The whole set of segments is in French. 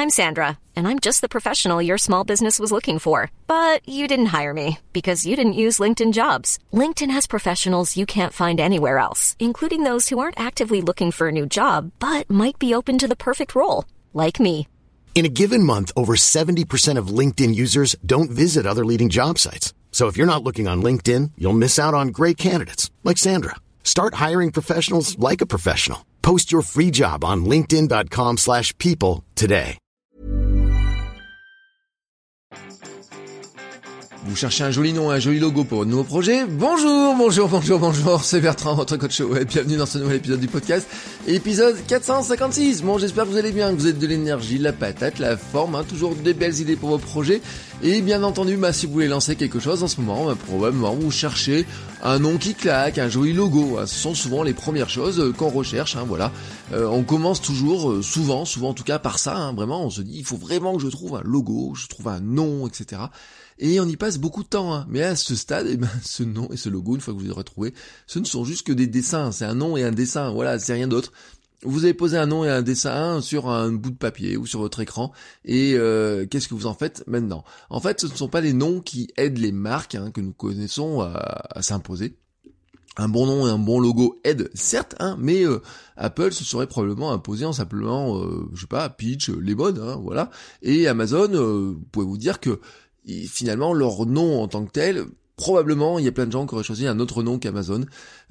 I'm Sandra, and I'm just the professional your small business was looking for. But you didn't hire me because you didn't use LinkedIn Jobs. LinkedIn has professionals you can't find anywhere else, including those who aren't actively looking for a new job, but might be open to the perfect role, like me. In a given month, over 70% of LinkedIn users don't visit other leading job sites. So if you're not looking on LinkedIn, you'll miss out on great candidates, like Sandra. Start hiring professionals like a professional. Post your free job on linkedin.com/people today. Vous cherchez un joli nom, un joli logo pour votre nouveau projet? Bonjour, c'est Bertrand, votre coach web. Bienvenue dans ce nouvel épisode du podcast, épisode 456. Bon, j'espère que vous allez bien, que vous êtes de l'énergie, la patate, la forme, toujours des belles idées pour vos projets. Et bien entendu, si vous voulez lancer quelque chose en ce moment, probablement vous cherchez un nom qui claque, un joli logo. Ce sont souvent les premières choses qu'on recherche, voilà. On commence toujours, souvent en tout cas par ça, vraiment. On se dit, il faut vraiment que je trouve un logo, je trouve un nom, etc. Et on y passe beaucoup de temps, mais à ce stade, ce nom et ce logo, une fois que vous les retrouvez, ce ne sont juste que des dessins, c'est un nom et un dessin, voilà, c'est rien d'autre. Vous avez posé un nom et un dessin sur un bout de papier ou sur votre écran, et qu'est-ce que vous en faites maintenant? En fait, ce ne sont pas les noms qui aident les marques que nous connaissons à s'imposer. Un bon nom et un bon logo aident, certes, mais Apple se serait probablement imposé en s'appelant, Peach, Lemon, voilà. Et Amazon, vous pouvez vous dire que finalement leur nom en tant que tel, probablement il y a plein de gens qui auraient choisi un autre nom qu'Amazon,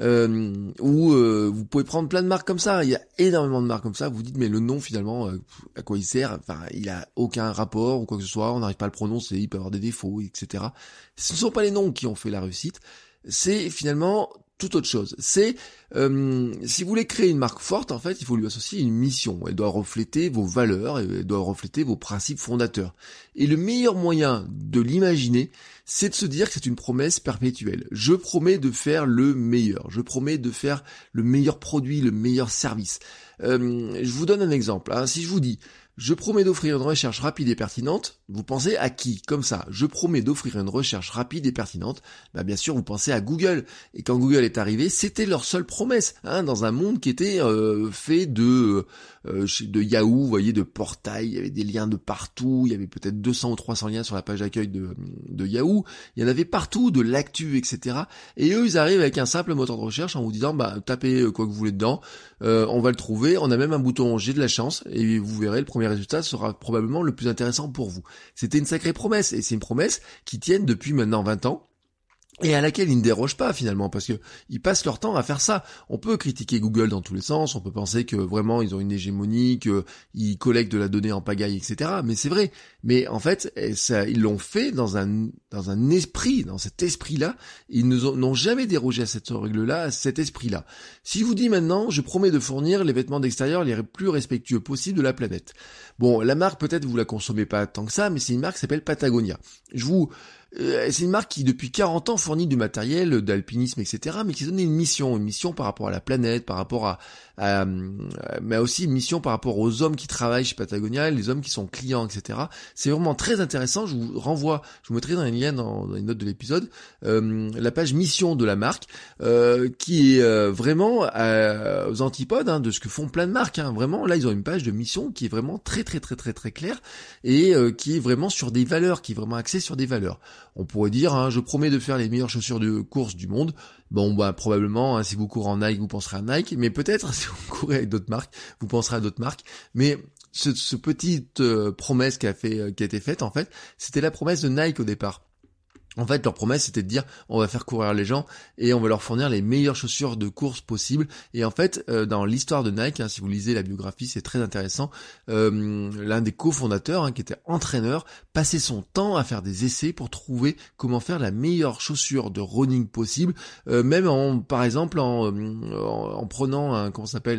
vous pouvez prendre plein de marques comme ça, il y a énormément de marques comme ça, vous dites mais le nom finalement à quoi il sert, il a aucun rapport ou quoi que ce soit, on n'arrive pas à le prononcer, il peut avoir des défauts, etc. Ce ne sont pas les noms qui ont fait la réussite, c'est finalement toute autre chose. C'est si vous voulez créer une marque forte, en fait, il faut lui associer une mission. Elle doit refléter vos valeurs, elle doit refléter vos principes fondateurs. Et le meilleur moyen de l'imaginer, c'est de se dire que c'est une promesse perpétuelle. Je promets de faire le meilleur. Je promets de faire le meilleur produit, le meilleur service. Je vous donne un exemple. Si je vous dis je promets d'offrir une recherche rapide et pertinente, vous pensez à qui? Comme ça, je promets d'offrir une recherche rapide et pertinente, bien sûr vous pensez à Google. Et quand Google est arrivé, c'était leur seule promesse, dans un monde qui était fait de Yahoo, vous voyez, de portails, il y avait des liens de partout, il y avait peut-être 200 ou 300 liens sur la page d'accueil de Yahoo, il y en avait partout, de l'actu, etc. Et eux, ils arrivent avec un simple moteur de recherche en vous disant, tapez quoi que vous voulez dedans, on va le trouver, on a même un bouton j'ai de la chance, et vous verrez, le premier résultat sera probablement le plus intéressant pour vous. C'était une sacrée promesse, et c'est une promesse qui tienne depuis maintenant 20 ans, et à laquelle ils ne dérogent pas finalement, parce que ils passent leur temps à faire ça. On peut critiquer Google dans tous les sens, on peut penser que vraiment ils ont une hégémonie, qu'ils collectent de la donnée en pagaille, etc. Mais c'est vrai. Mais en fait, ils l'ont fait dans un esprit, dans cet esprit-là. Ils n'ont jamais dérogé à cette règle-là, à cet esprit-là. Si je vous dis maintenant, je promets de fournir les vêtements d'extérieur les plus respectueux possibles de la planète. Bon, la marque peut-être vous la consommez pas tant que ça, mais c'est une marque qui s'appelle Patagonia. C'est une marque qui depuis 40 ans fournit du matériel d'alpinisme, etc., mais qui se donnait une mission par rapport à la planète, par rapport mais aussi une mission par rapport aux hommes qui travaillent chez Patagonia, les hommes qui sont clients, etc. C'est vraiment très intéressant, je vous mettrai dans les liens dans les notes de l'épisode, la page mission de la marque, qui est vraiment aux antipodes de ce que font plein de marques, Vraiment, là, ils ont une page de mission qui est vraiment très très très très très claire, et qui est vraiment sur des valeurs, qui est vraiment axée sur des valeurs. On pourrait dire, je promets de faire les meilleures chaussures de course du monde. Bon, probablement, si vous courez en Nike, vous penserez à Nike, mais peut-être, si vous courez avec d'autres marques, vous penserez à d'autres marques. Mais ce petite promesse qui a été faite, en fait, c'était la promesse de Nike au départ. En fait, leur promesse, c'était de dire, on va faire courir les gens et on va leur fournir les meilleures chaussures de course possibles. Et en fait, dans l'histoire de Nike, si vous lisez la biographie, c'est très intéressant. L'un des cofondateurs, qui était entraîneur, passait son temps à faire des essais pour trouver comment faire la meilleure chaussure de running possible. Même par exemple, en prenant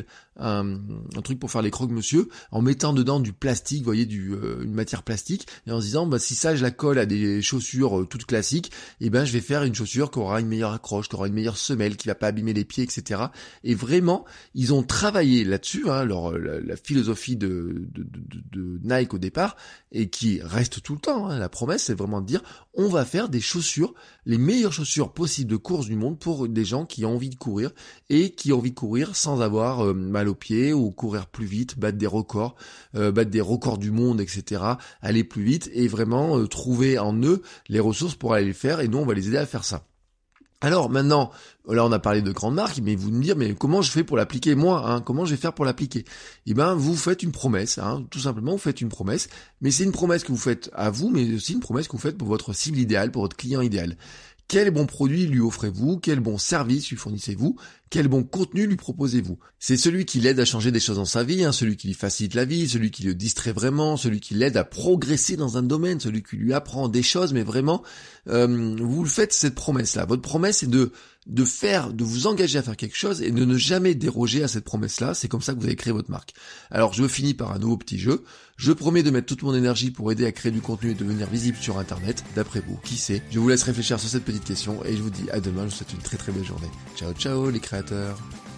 un truc pour faire les croque-monsieur, en mettant dedans du plastique, vous voyez, une matière plastique, et en se disant, si ça je la colle à des chaussures toutes classiques, je vais faire une chaussure qui aura une meilleure accroche, qui aura une meilleure semelle, qui va pas abîmer les pieds, etc. Et vraiment, ils ont travaillé là-dessus, la philosophie de Nike au départ, et qui reste tout le temps, la promesse, c'est vraiment de dire, on va faire des chaussures, les meilleures chaussures possibles de course du monde pour des gens qui ont envie de courir, et qui ont envie de courir sans avoir mal aux pieds ou courir plus vite, battre des records du monde, etc. Aller plus vite et vraiment trouver en eux les ressources pour aller le faire et nous on va les aider à faire ça. Alors maintenant, là on a parlé de grandes marques, mais vous me dire mais comment je fais pour l'appliquer moi, comment je vais faire pour l'appliquer? Eh ben vous faites une promesse, tout simplement vous faites une promesse, mais c'est une promesse que vous faites à vous, mais aussi une promesse que vous faites pour votre cible idéale, pour votre client idéal. Quel bon produit lui offrez-vous? Quel bon service lui fournissez-vous? Quel bon contenu lui proposez-vous? C'est celui qui l'aide à changer des choses dans sa vie, celui qui lui facilite la vie, celui qui le distrait vraiment, celui qui l'aide à progresser dans un domaine, celui qui lui apprend des choses, mais vraiment, vous le faites cette promesse-là. Votre promesse c'est de vous engager à faire quelque chose et de ne jamais déroger à cette promesse-là. C'est comme ça que vous allez créer votre marque. Alors je finis par un nouveau petit jeu. Je promets de mettre toute mon énergie pour aider à créer du contenu et devenir visible sur Internet. D'après vous, qui c'est? Je vous laisse réfléchir sur cette petite question et je vous dis à demain. Je vous souhaite une très très belle journée. Ciao ciao les créateurs.